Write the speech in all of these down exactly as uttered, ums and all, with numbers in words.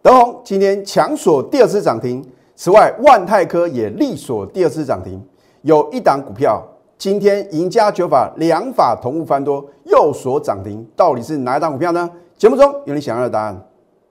德宏今天强锁第二次涨停，此外万泰科也力锁第二次涨停。有一档股票今天赢家九法两法同步翻多，又锁涨停，到底是哪一档股票呢？节目中有你想要的答案。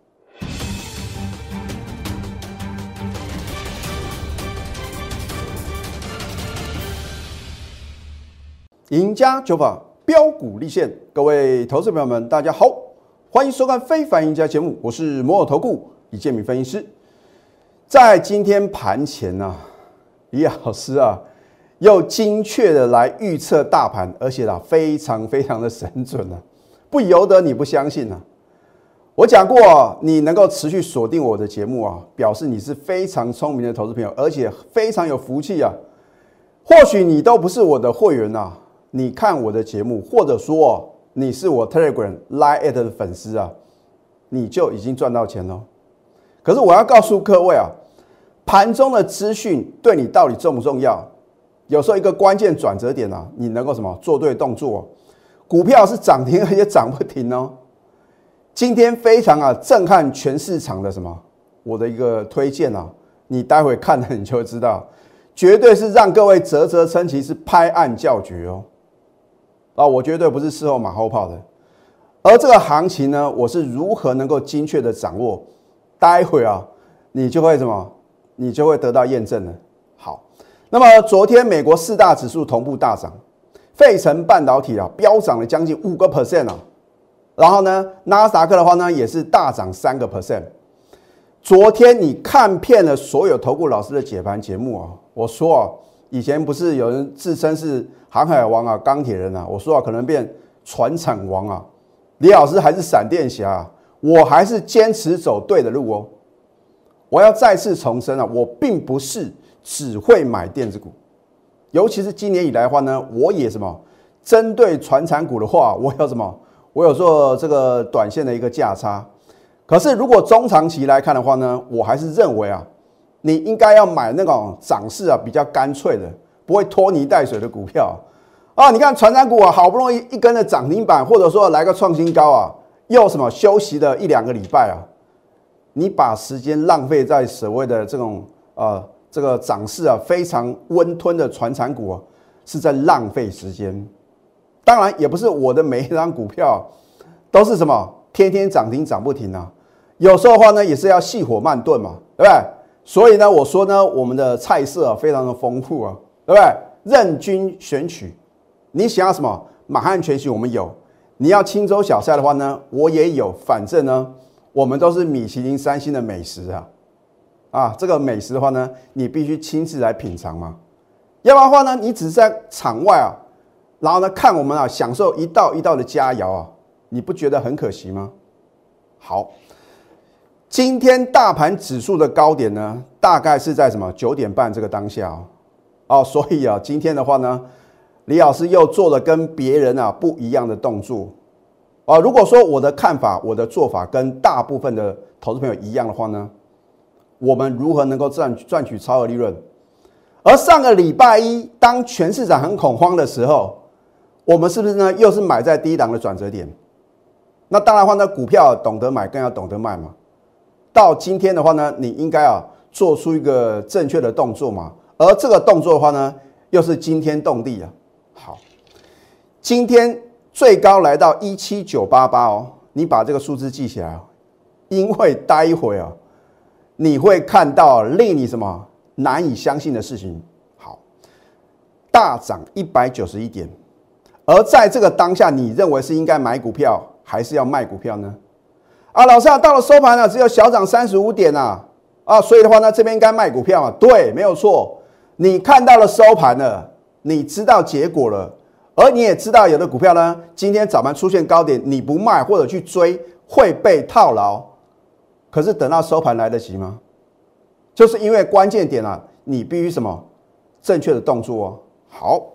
赢家九法标股立现，各位投资朋友们，大家好，欢迎收看《非凡赢家》节目，我是摩尔投顾李建民分析师。在今天盘前啊，李老师啊，又精确的来预测大盘，而且啊，非常非常的神准啊，不由得你不相信啊。我讲过啊，你能够持续锁定我的节目啊，表示你是非常聪明的投资朋友，而且非常有福气啊。或许你都不是我的会员啊。你看我的节目，或者说你是我 Telegram、Line@ 的粉丝啊，你就已经赚到钱了。可是我要告诉各位啊，盘中的资讯对你到底重不重要？有时候一个关键转折点啊，你能够什么做对动作、啊，股票是涨停而且涨不停哦。今天非常啊震撼全市场的什么？我的一个推荐啊，你待会看了你就会知道，绝对是让各位啧啧称奇，是拍案叫绝哦。啊，我绝对不是事后马后炮的，而这个行情呢，我是如何能够精确的掌握？待会啊，你就会什么？你就会得到验证了。好，那么昨天美国四大指数同步大涨，费城半导体啊飙涨了将近五个 percent 啊，然后呢，纳斯达克的话呢也是大涨三个 percent。昨天你看遍了所有投顾老师的解盘节目啊，我说啊。以前不是有人自称是航海王啊、钢铁人啊，我说啊可能变船产王啊，李老师还是闪电侠、啊，我还是坚持走对的路哦。我要再次重申啊，我并不是只会买电子股，尤其是今年以来的话呢，我也什么针对传产股的话，我有什么，我有做这个短线的一个价差。可是如果中长期来看的话呢，我还是认为啊。你应该要买那种涨势啊比较干脆的，不会拖泥带水的股票啊！你看传产股啊，好不容易一根的涨停板，或者说来个创新高啊，又什么休息了一两个礼拜啊，你把时间浪费在所谓的这种呃这个涨势啊非常温吞的传产股啊，是在浪费时间。当然也不是我的每一张股票都是什么天天涨停涨不停啊，有时候的话呢也是要细火慢炖嘛，对不对？所以呢，我说呢，我们的菜色啊非常的丰富啊，对不对？任君选取，你想要什么满汉全席我们有，你要清粥小菜的话呢，我也有。反正呢，我们都是米其林三星的美食啊，啊，这个美食的话呢，你必须亲自来品尝嘛，要不然的话呢，你只是在场外啊，然后呢看我们啊享受一道一道的佳肴啊，你不觉得很可惜吗？好。今天大盘指数的高点呢，大概是在什么九点半这个当下哦，哦所以啊，今天的话呢，李老师又做了跟别人啊不一样的动作啊。如果说我的看法、我的做法跟大部分的投资朋友一样的话呢，我们如何能够赚赚取超额利润？而上个礼拜一，当全市场很恐慌的时候，我们是不是呢又是买在低档的转折点？那当然的话呢，股票懂得买更要懂得卖嘛。到今天的话呢，你应该啊做出一个正确的动作嘛，而这个动作的话呢，又是惊天动地啊。好，今天最高来到一七九八八哦，你把这个数字记起来哦，因为待会啊，你会看到令你什么难以相信的事情。好，大涨一百九十一点，而在这个当下，你认为是应该买股票还是要卖股票呢？啊，老师啊，到了收盘了，只有小涨三十五点啊，啊，所以的话呢，这边应该卖股票嘛？对，没有错。你看到了收盘了，你知道结果了，而你也知道有的股票呢，今天早盘出现高点，你不卖或者去追会被套牢。可是等到收盘来得及吗？就是因为关键点啊，你必须什么正确的动作哦。好，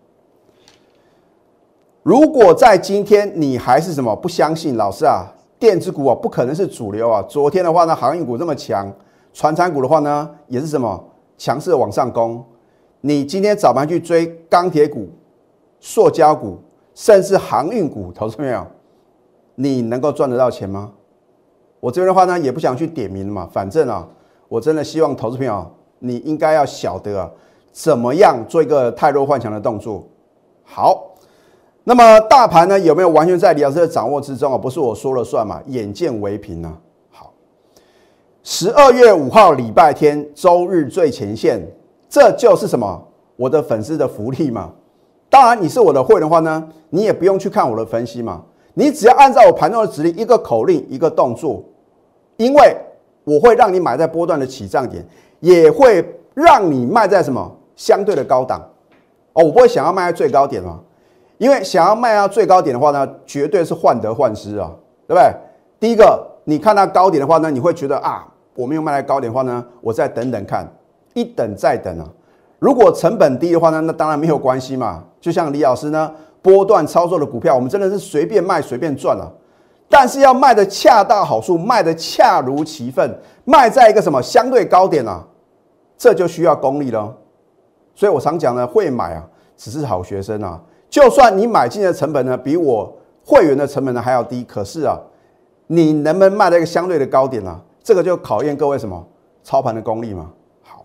如果在今天你还是什么不相信，老师啊。电子股啊，不可能是主流啊。昨天的话呢，航运股这么强，传产股的话呢，也是什么强势的往上攻。你今天早盘去追钢铁股、塑胶股，甚至航运股，投资没有？你能够赚得到钱吗？ 我这边的话呢，也不想去点名嘛，反正啊，我真的希望投资朋友你应该要晓得啊，怎么样做一个汰弱换强的动作。好，那么大盘呢有没有完全在李老师的掌握之中啊？不是我说了算嘛，眼见为凭啊。好，十二月五号礼拜天周日最前线，这就是什么？我的粉丝的福利嘛。当然，你是我的会员的话呢，你也不用去看我的分析嘛，你只要按照我盘中的指令，一个口令，一个动作，因为我会让你买在波段的起涨点，也会让你卖在什么相对的高档哦，我不会想要卖在最高点嘛，因为想要卖到最高点的话呢，绝对是患得患失啊，对不对？第一个，你看到高点的话呢，你会觉得啊，我没有卖在高点的话呢，我再等等看，一等再等啊。如果成本低的话呢，那当然没有关系嘛。就像李老师呢，波段操作的股票，我们真的是随便卖随便赚啊。但是要卖的恰到好处，卖的恰如其分，卖在一个什么相对高点啊，这就需要功力了。所以我常讲呢，会买啊，只是好学生啊。就算你买进的成本呢，比我会员的成本呢还要低，可是啊，你能不能卖在一个相对的高点啊？这个就考验各位什么操盘的功力嘛。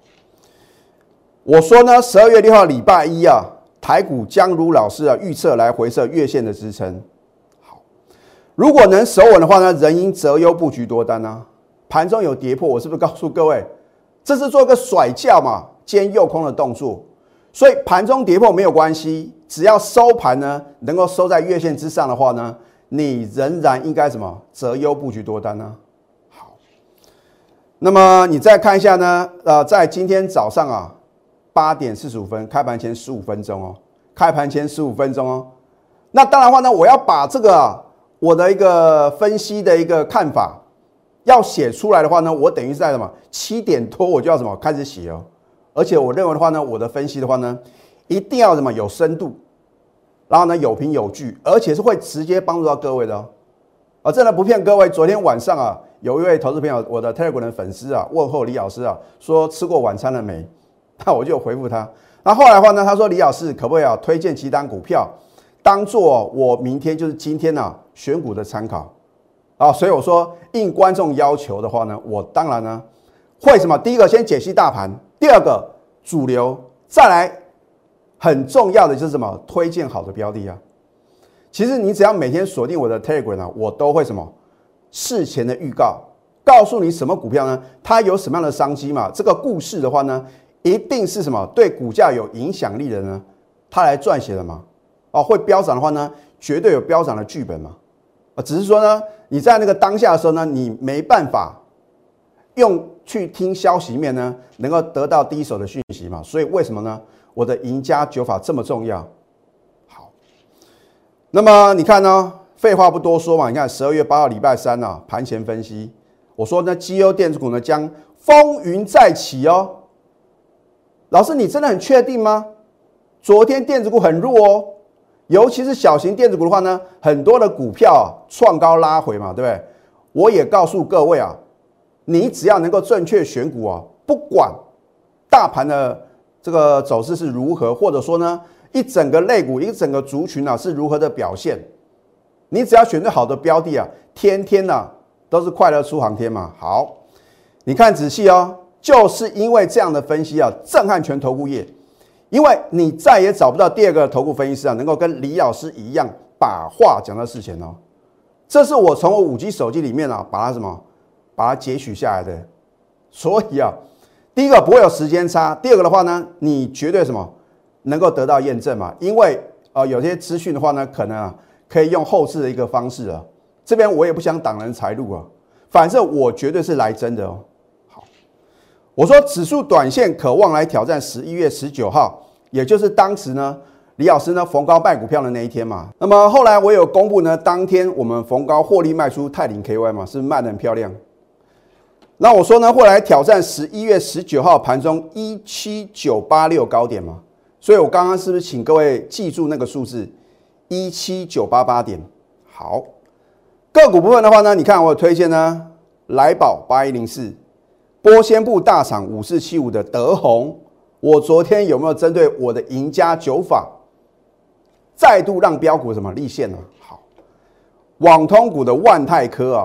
我说呢，十二月六号礼拜一啊，台股将如老师啊预测来回测月线的支撑。好，如果能守稳的话呢，仍应择优布局多单啊。盘中有跌破，我是不是告诉各位，这是做一个甩轿嘛，兼诱空的动作。所以盘中跌破没有关系，只要收盘呢能够收在月线之上的话呢，你仍然应该什么择优布局多单呢？好，那么你再看一下呢，呃，在今天早上啊。八点四十五分，开盘前十五分钟哦，开盘前十五分钟哦。那当然的话呢，我要把这个、啊、我的一个分析的一个看法要写出来的话呢，我等于是在什么七点多我就要什么开始写哦。而且我认为的话呢，我的分析的话呢，一定要什么有深度，然后呢有凭有据，而且是会直接帮助到各位的哦。啊，真的不骗各位，昨天晚上啊，有一位投资朋友，我的 Telegram 的粉丝啊，问候李老师啊，说吃过晚餐了没？那我就回复他。那后来的话呢，他说李老师可不可以啊推荐几档股票，当做我明天就是今天啊选股的参考啊？所以我说应观众要求的话呢，我当然呢会什么？第一个先解析大盘，第二个主流，再来很重要的就是什么？推荐好的标的啊。其实你只要每天锁定我的 Telegram 啊，我都会什么事前的预告，告诉你什么股票呢？它有什么样的商机嘛？这个故事的话呢？一定是什么对股价有影响力的呢？他来撰写的嘛？哦，会飙涨的话呢，绝对有飙涨的剧本嘛？啊，只是说呢，你在那个当下的时候呢，你没办法用去听消息面呢，能够得到第一手的讯息嘛？所以为什么呢？我的赢家九法这么重要。好，那么你看呢？废话不多说嘛，你看十二月八号礼拜三啊，盘前分析，我说呢，绩优电子股呢将风云再起哦。老师，你真的很确定吗？昨天电子股很弱哦，尤其是小型电子股的话呢，很多的股票啊创高拉回嘛，对不对？我也告诉各位啊，你只要能够正确选股啊，不管大盘的这个走势是如何，或者说呢一整个类股、一整个族群啊是如何的表现，你只要选对好的标的啊，天天啊都是快乐出航天嘛。好，你看仔细哦。就是因为这样的分析啊，震撼全投顾业，因为你再也找不到第二个投顾分析师啊，能够跟李老师一样把话讲到事前哦。这是我从我五 G 手机里面啊，把它什么，把它截取下来的。所以啊，第一个不会有时间差，第二个的话呢，你绝对什么能够得到验证嘛？因为呃有些资讯的话呢，可能啊可以用后置的一个方式啊。这边我也不想挡人财路啊，反正我绝对是来真的哦。我说指数短线可望来挑战十一月十九号，也就是当时呢李老师呢逢高卖股票的那一天嘛。那么后来我有公布呢，当天我们逢高获利卖出泰鼎 K Y 嘛，是不是卖得很漂亮？那我说呢会来挑战十一月十九号盘中一七九八六高点嘛，所以我刚刚是不是请各位记住那个数字一七九八八点？好，个股部分的话呢，你看我有推荐呢来宝八一零四。波仙部大厂五四七五的德宏，我昨天有没有针对我的赢家九法再度让标股什么立现呢？好，网通股的万泰科啊，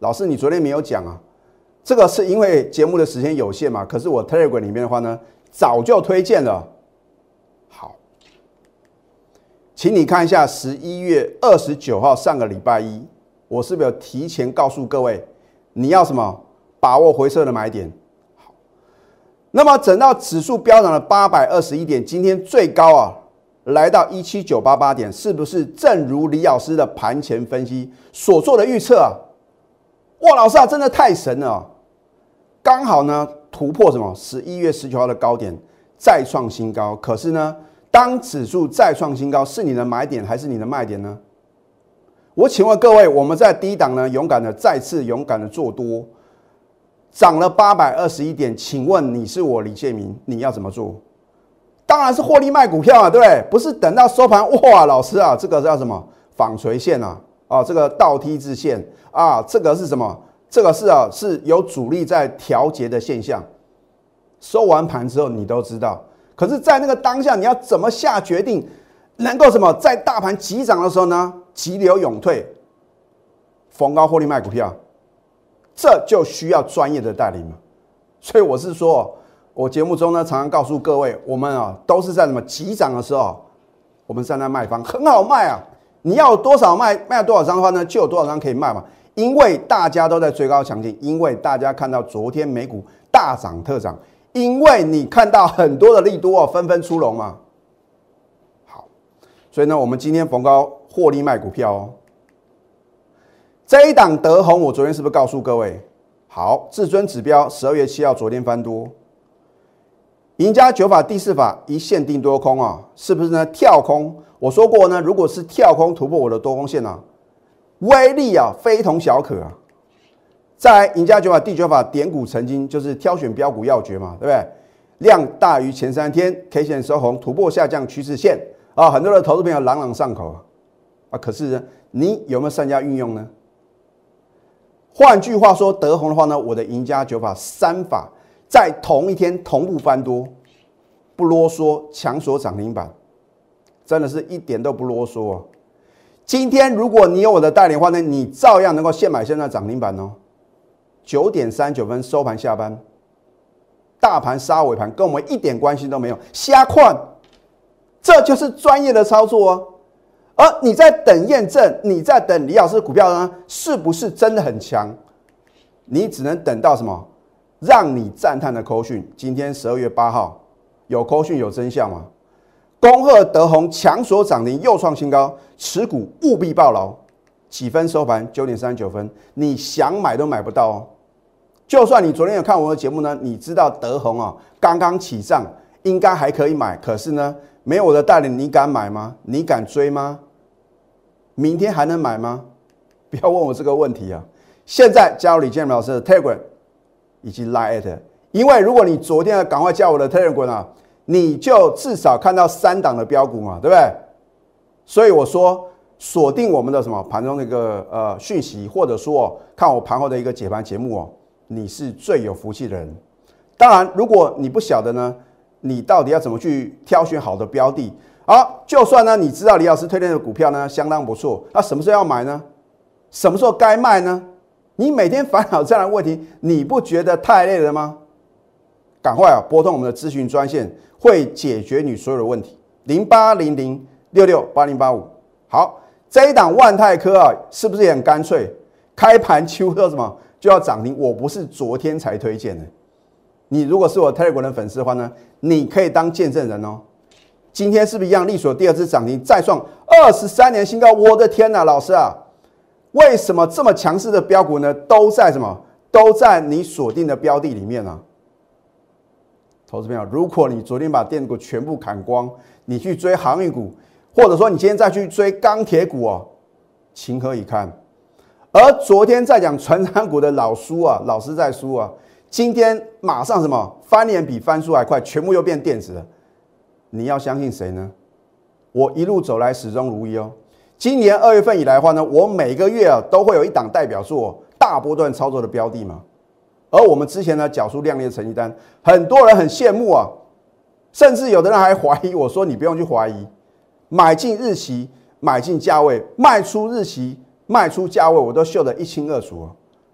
老师你昨天没有讲啊，这个是因为节目的时间有限嘛，可是我 Telegram 里面的话呢，早就推荐了。好，请你看一下十一月二十九号上个礼拜一，我是不是有提前告诉各位，你要什么把握回撤的买点？好，那么等到指数飙涨了八百二十一点，今天最高啊来到一七九八八点，是不是正如李老师的盘前分析所做的预测啊？哇，老师啊，真的太神了、啊！刚好呢突破什么十一月十九号的高点，再创新高。可是呢，当指数再创新高，是你的买点还是你的卖点呢？我请问各位，我们在低档呢勇敢的再次勇敢的做多，涨了八百二十一点，请问你是我李建明，你要怎么做？当然是获利卖股票啊，对不对？不是等到收盘，哇，老师啊，这个叫什么纺锤线啊？啊，这个倒 T 字线啊，这个是什么？这个是啊，是有主力在调节的现象。收完盘之后，你都知道。可是，在那个当下，你要怎么下决定，能够什么在大盘急涨的时候呢，急流勇退，逢高获利卖股票，这就需要专业的带领嘛。所以我是说，我节目中呢，常常告诉各位，我们啊都是在什么急涨的时候，我们站在卖方，很好卖啊。你要有多少卖，卖多少张的话呢，就有多少张可以卖嘛。因为大家都在追高强劲，因为大家看到昨天美股大涨特涨，因为你看到很多的利多哦纷纷出笼嘛。好，所以呢，我们今天逢高获利卖股票哦。这一档德宏，我昨天是不是告诉各位？好，至尊指标十二月七号昨天翻多，赢家九法第四法一线定多空啊，是不是呢？跳空，我说过呢，如果是跳空突破我的多空线啊。威力啊，非同小可啊！在赢家九法第九法点股成金，就是挑选标股要诀嘛，对不对？量大于前三天 ，K 线收红，突破下降趋势线啊，很多的投资朋友朗朗上口啊。可是呢，你有没有善加运用呢？换句话说，德宏的话呢，我的赢家九法三法在同一天同步翻多，不啰嗦，强锁涨停板，真的是一点都不啰嗦啊！今天如果你有我的带领的话呢，你照样能够现买现在涨停板哦。九点三十九分收盘下班，大盘杀尾盘跟我们一点关系都没有，瞎看，这就是专业的操作哦。而你在等验证，你在等李老师的股票呢，是不是真的很强？你只能等到什么？让你赞叹的扣讯。今天十二月八号有扣讯有真相吗？恭贺德宏强锁涨停，又创新高，持股务必抱牢。几分收盘？九点三十九分。你想买都买不到哦。就算你昨天有看我的节目呢，你知道德宏啊刚刚起涨，应该还可以买。可是呢，没有我的带领，你敢买吗？你敢追吗？明天还能买吗？不要问我这个问题啊！现在加入李建明老师的 Telegram 以及 Line， 因为如果你昨天赶快加我的 Telegram 啊。你就至少看到三档的标股嘛，对不对？所以我说锁定我们的什么盘中的一个呃讯息，或者说、哦、看我盘后的一个解盘节目哦，你是最有福气的人。当然，如果你不晓得呢，你到底要怎么去挑选好的标的？好，就算呢你知道李老师推荐的股票呢相当不错，那什么时候要买呢？什么时候该卖呢？你每天烦恼这样的问题，你不觉得太累了吗？赶快啊，拨通我们的咨询专线，会解决你所有的问题。零八零零六六八零八五。好，这一档万泰科啊，是不是也很干脆？开盘几乎都什么就要涨停？我不是昨天才推荐的。你如果是我 Telegram 的粉丝的话呢，你可以当见证人哦。今天是不是一样？力所第二次涨停，再创二十三年新高。我的天哪，老师啊，为什么这么强势的标股呢？都在什么？都在你锁定的标的里面啊。投资朋友，如果你昨天把电股全部砍光，你去追航运股，或者说你今天再去追钢铁股哦，情何以堪？而昨天在讲传产股的老叔啊，老师在输啊，今天马上什么翻脸比翻书还快，全部又变电子了。你要相信谁呢？我一路走来始终如一哦。今年二月份以来的话呢，我每个月啊都会有一档代表作大波段操作的标的嘛。而我们之前呢缴出亮丽的成绩单，很多人很羡慕啊，甚至有的人还怀疑我说你不用去怀疑，买进日期、买进价位、卖出日期、卖出价位，我都秀得一清二楚啊。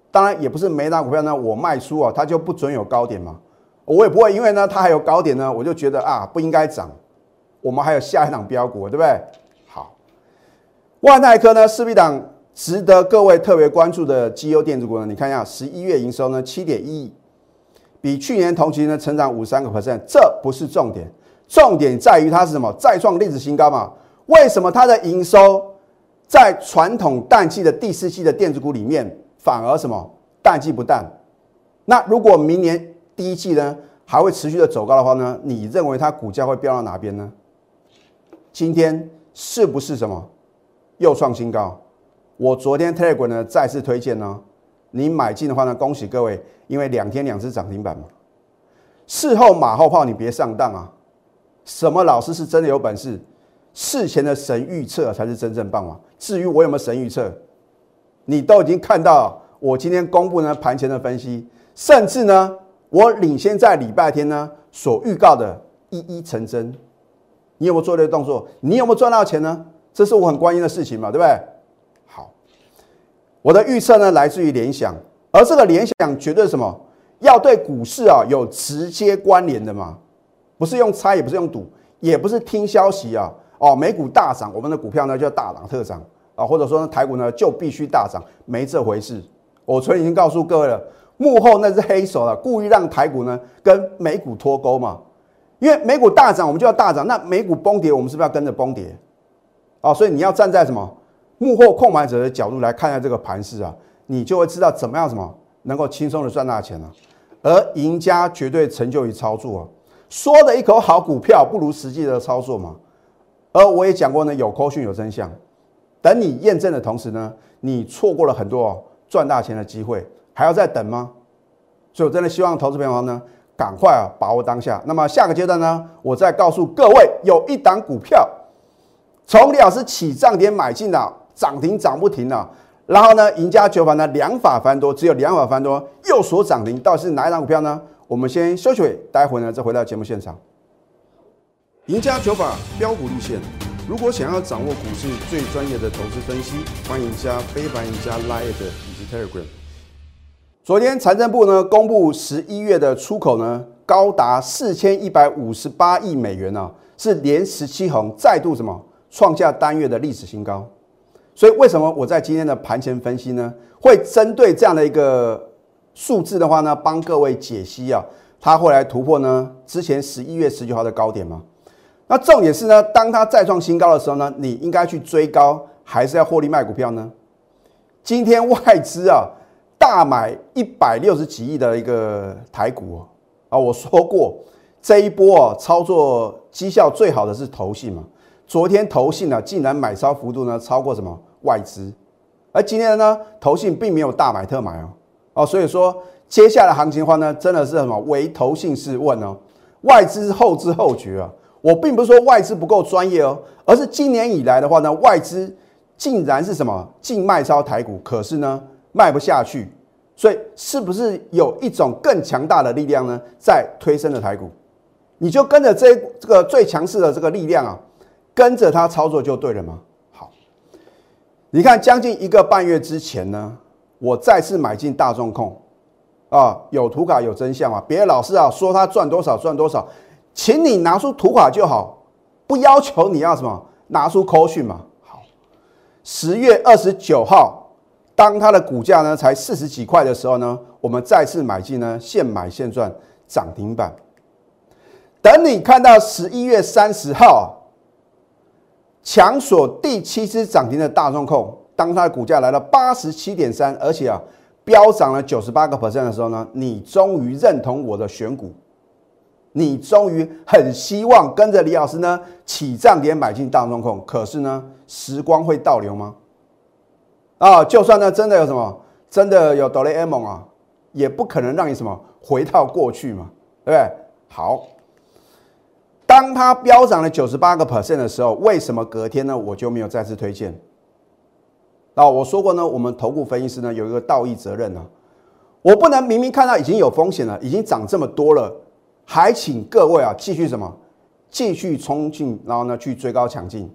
当然也不是每档股票呢我卖出啊，它就不准有高点嘛。我也不会因为呢它还有高点呢，我就觉得啊不应该涨。我们还有下一档标股，对不对？好，万泰科呢是一档值得各位特别关注的绩优电子股呢。你看一下，十一月营收呢七点一亿，比去年同期呢成长五十三个 percent， 这不是重点，重点在于它是什么？再创历史新高嘛？为什么它的营收在传统淡季的第四季的电子股里面反而什么淡季不淡？那如果明年第一季呢还会持续的走高的话呢？你认为它股价会飙到哪边呢？今天是不是什么又创新高？我昨天 Telegram 呢再次推荐呢，你买进的话呢，恭喜各位，因为两天两只涨停板嘛。事后马后炮，你别上当啊！什么老师是真的有本事？事前的神预测才是真正棒嘛。至于我有没有神预测，你都已经看到我今天公布呢盘前的分析，甚至呢我领先在礼拜天呢所预告的一一成真。你有没有做这个动作？你有没有赚到钱呢？这是我很关心的事情嘛，对不对？好，我的预测呢来自于联想，而这个联想绝对是什么？要对股市啊有直接关联的嘛，不是用猜，也不是用赌，也不是听消息啊。哦，美股大涨，我们的股票呢就大涨特涨啊，或者说呢台股呢就必须大涨，没这回事。我昨天已经告诉各位了，幕后那是黑手了，故意让台股呢跟美股脱钩嘛。因为美股大涨，我们就要大涨；那美股崩跌，我们是不是要跟着崩跌？哦，所以你要站在什么幕后控盘者的角度来看待这个盘势啊，你就会知道怎么样什么能够轻松的赚大钱了、啊。而赢家绝对成就于操作啊，说的一口好股票，不如实际的操作嘛。而我也讲过呢，有扣讯有真相，等你验证的同时呢，你错过了很多赚大钱的机会，还要再等吗？所以我真的希望投资朋友呢。赶快啊，把握当下。那么下个阶段呢，我再告诉各位，有一档股票，从李老师起涨点买进的，涨停涨不停了。然后呢，赢家九法呢两法翻多，只有两法翻多又所涨停，到底是哪一档股票呢？我们先休息会，待会呢再回到节目现场。赢家九法标股立线，如果想要掌握股市最专业的投资分析，欢迎加非凡、赢家 Line 以及 Telegram。昨天财政部呢公布十一月的出口呢高达四千一百五十八亿美元啊，是连十七红，再度什么创下单月的历史新高。所以为什么我在今天的盘前分析呢，会针对这样的一个数字的话呢，帮各位解析啊，它会来突破呢之前十一月十九号的高点吗？那重点是呢，当它再创新高的时候呢，你应该去追高，还是要获利卖股票呢？今天外资啊。大买一百六十几亿的一个台股啊，我说过这一波啊操作绩效最好的是投信嘛。昨天投信呢竟然买超幅度呢超过什么外资，而今天呢投信并没有大买特买哦哦，所以说接下来行情的话呢，真的是什么唯投信是问哦，外资后知后觉啊。我并不是说外资不够专业哦，而是今年以来的话呢，外资竟然是什么净卖超台股，可是呢。卖不下去，所以是不是有一种更强大的力量呢，在推升的台股？你就跟着这这个最强势的这个力量啊，跟着它操作就对了吗？好，你看将近一个半月之前呢，我再次买进大众控啊，有图卡有真相啊，别的老师啊说他赚多少赚多少，请你拿出图卡就好，不要求你要什么拿出扣讯嘛。好，十月二十九号。当它的股价呢才四十几块的时候呢，我们再次买进呢，现买现赚涨停板。等你看到十一月三十号强锁第七支涨停的大众控，当它的股价来到八十七点三，而且啊飙涨了九十八个 percent 的时候呢，你终于认同我的选股，你终于很希望跟着李老师呢起涨点买进大众控。可是呢，时光会倒流吗？啊，就算呢真的有什么，真的有哆啦 A 梦啊，也不可能让你什么回到过去嘛，对不对？好，当它飙涨了九十八个 percent 的时候，为什么隔天呢我就没有再次推荐？啊，我说过呢，我们投顾分析师呢有一个道义责任啊，我不能明明看到已经有风险了，已经涨这么多了，还请各位啊继续什么，继续冲进，然后呢去追高抢进，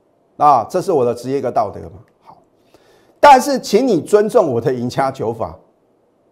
啊，这是我的职业一个道德嘛。但是，请你尊重我的赢家九法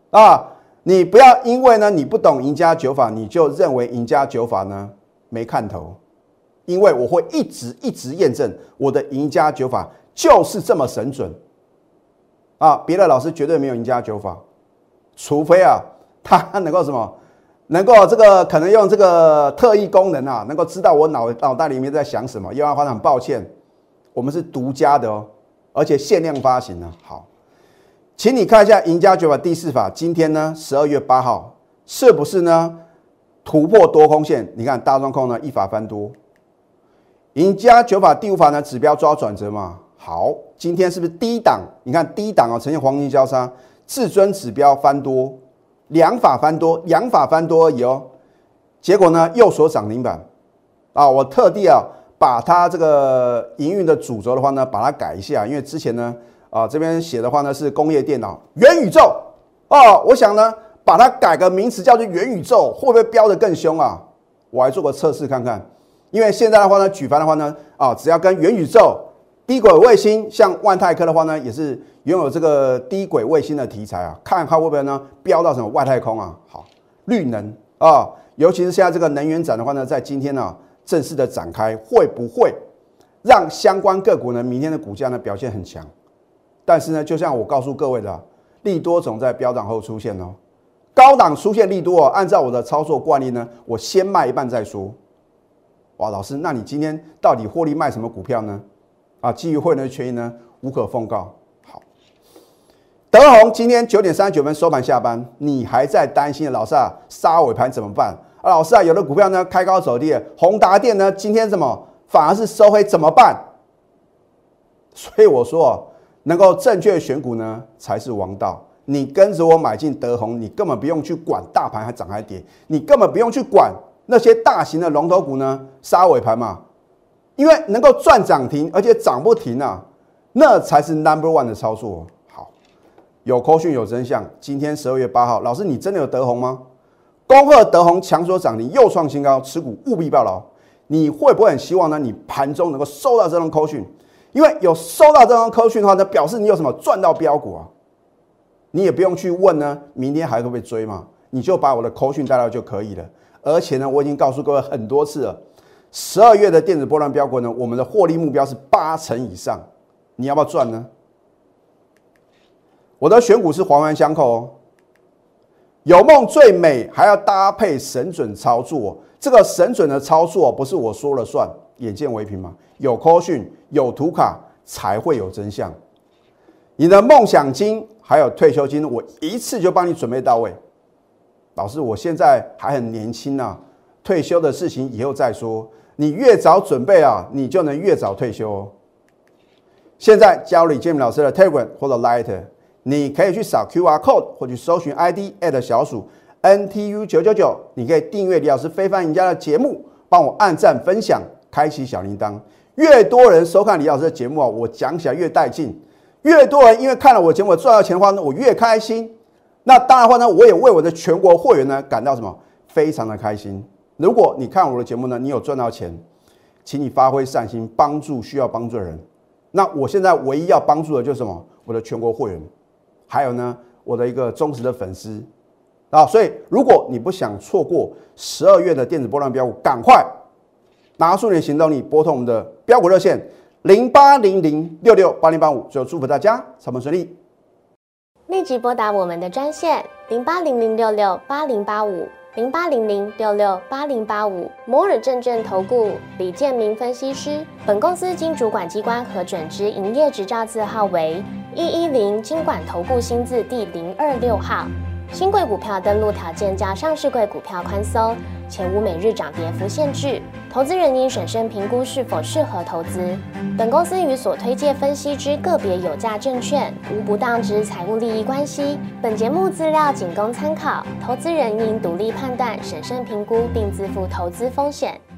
啊，你不要因为呢你不懂赢家九法，你就认为赢家九法呢没看头，因为我会一直一直验证我的赢家九法就是这么神准啊！别的老师绝对没有赢家九法，除非啊他能够什么，能够这个可能用这个特异功能啊，能够知道我脑脑袋里面在想什么。要不然很抱歉，我们是独家的哦，而且限量发行呢。好。请你看一下赢家九法第四法，今天呢十二月八号是不是呢突破多空线？你看大庄空呢一法翻多，赢家九法第五法呢指标抓转折嘛。好，今天是不是低档？你看低档啊，呈现黄金交叉，至尊指标翻多，两法翻多，两法翻多而已哦。结果呢又锁涨停板啊！我特地啊把它这个营运的主轴的话呢把它改一下，因为之前呢。啊，这边写的话呢是工业电脑元宇宙哦，我想呢把它改个名词叫做元宇宙，会不会飙得更凶啊？我来做个测试看看，因为现在的话呢，举凡的话呢，啊，只要跟元宇宙、低轨卫星，像万泰科的话呢，也是拥有这个低轨卫星的题材啊，看看会不会呢飙到什么外太空啊？好，绿能啊，尤其是现在这个能源展的话呢，在今天呢、啊、正式的展开，会不会让相关个股呢明天的股价呢表现很强？但是呢，就像我告诉各位的，利多总在飙涨后出现哦。高档出现利多哦，按照我的操作惯例呢，我先卖一半再说。哇，老师，那你今天到底获利卖什么股票呢？啊，基于会员的权益呢，无可奉告。好，德宏今天九点三十九分收盘下班，你还在担心老师啊，杀尾盘怎么办？啊，老师啊，有的股票呢开高走低，宏达电呢今天怎么反而是收黑，怎么办？所以我说。能够正确选股呢，才是王道。你跟着我买进德宏，你根本不用去管大盘还涨还跌，你根本不用去管那些大型的龙头股呢杀尾盘嘛，因为能够赚涨停，而且涨不停啊，那才是 number one 的操作。好，有扣讯有真相。今天十二月八号，老师你真的有德宏吗？恭贺德宏强所涨停，又创新高，持股务必抱牢。你会不会很希望呢？你盘中能够收到这种扣讯？因为有收到这张扣讯的话呢，表示你有什么赚到标股啊？你也不用去问呢，明天还会不会追嘛？你就把我的扣讯带到就可以了。而且呢，我已经告诉各位很多次了，十二月的电子波段标股呢，我们的获利目标是八成以上。你要不要赚呢？我的选股是环环相扣哦。有梦最美，还要搭配神准操作、哦。这个神准的操作不是我说了算，眼见为凭嘛。有扣讯，有图卡，才会有真相。你的梦想金还有退休金，我一次就帮你准备到位。老师，我现在还很年轻啊，退休的事情以后再说。你越早准备啊，你就能越早退休哦。现在加入李建明老师的 Telegram 或者 Light， 你可以去扫 Q R code 或去搜寻 I D at 小鼠 N T U 九九九，你可以订阅李老师非凡赢家的节目，帮我按赞分享，开启小铃铛。越多人收看李老师的节目啊，我讲起来越带劲；越多人因为看了我节目赚到钱的话呢，我越开心。那当然的话呢，我也为我的全国会员呢感到什么非常的开心。如果你看我的节目呢，你有赚到钱，请你发挥善心，帮助需要帮助的人。那我现在唯一要帮助的就是什么？我的全国会员，还有呢我的一个忠实的粉丝啊。所以如果你不想错过十二月的电子波段标股，赶快拿出你的行动力，拨通我们的标股热线零八零零六六八零八五。最后祝福大家操盘顺利， 立即拨打我们的专线零八零零六六八零八五零八零零六六八零八五。摩尔证券投顾李建明分析师。本公司经主管机关核准之营业执照字号为一一零金管投顾新字第零二六号。新贵股票登录条件较上市柜股票宽松，且无每日涨跌幅限制。投资人应审慎评估是否适合投资。本公司与所推介分析之个别有价证券无不当之财务利益关系。本节目资料仅供参考，投资人应独立判断、审慎评估，并自负投资风险。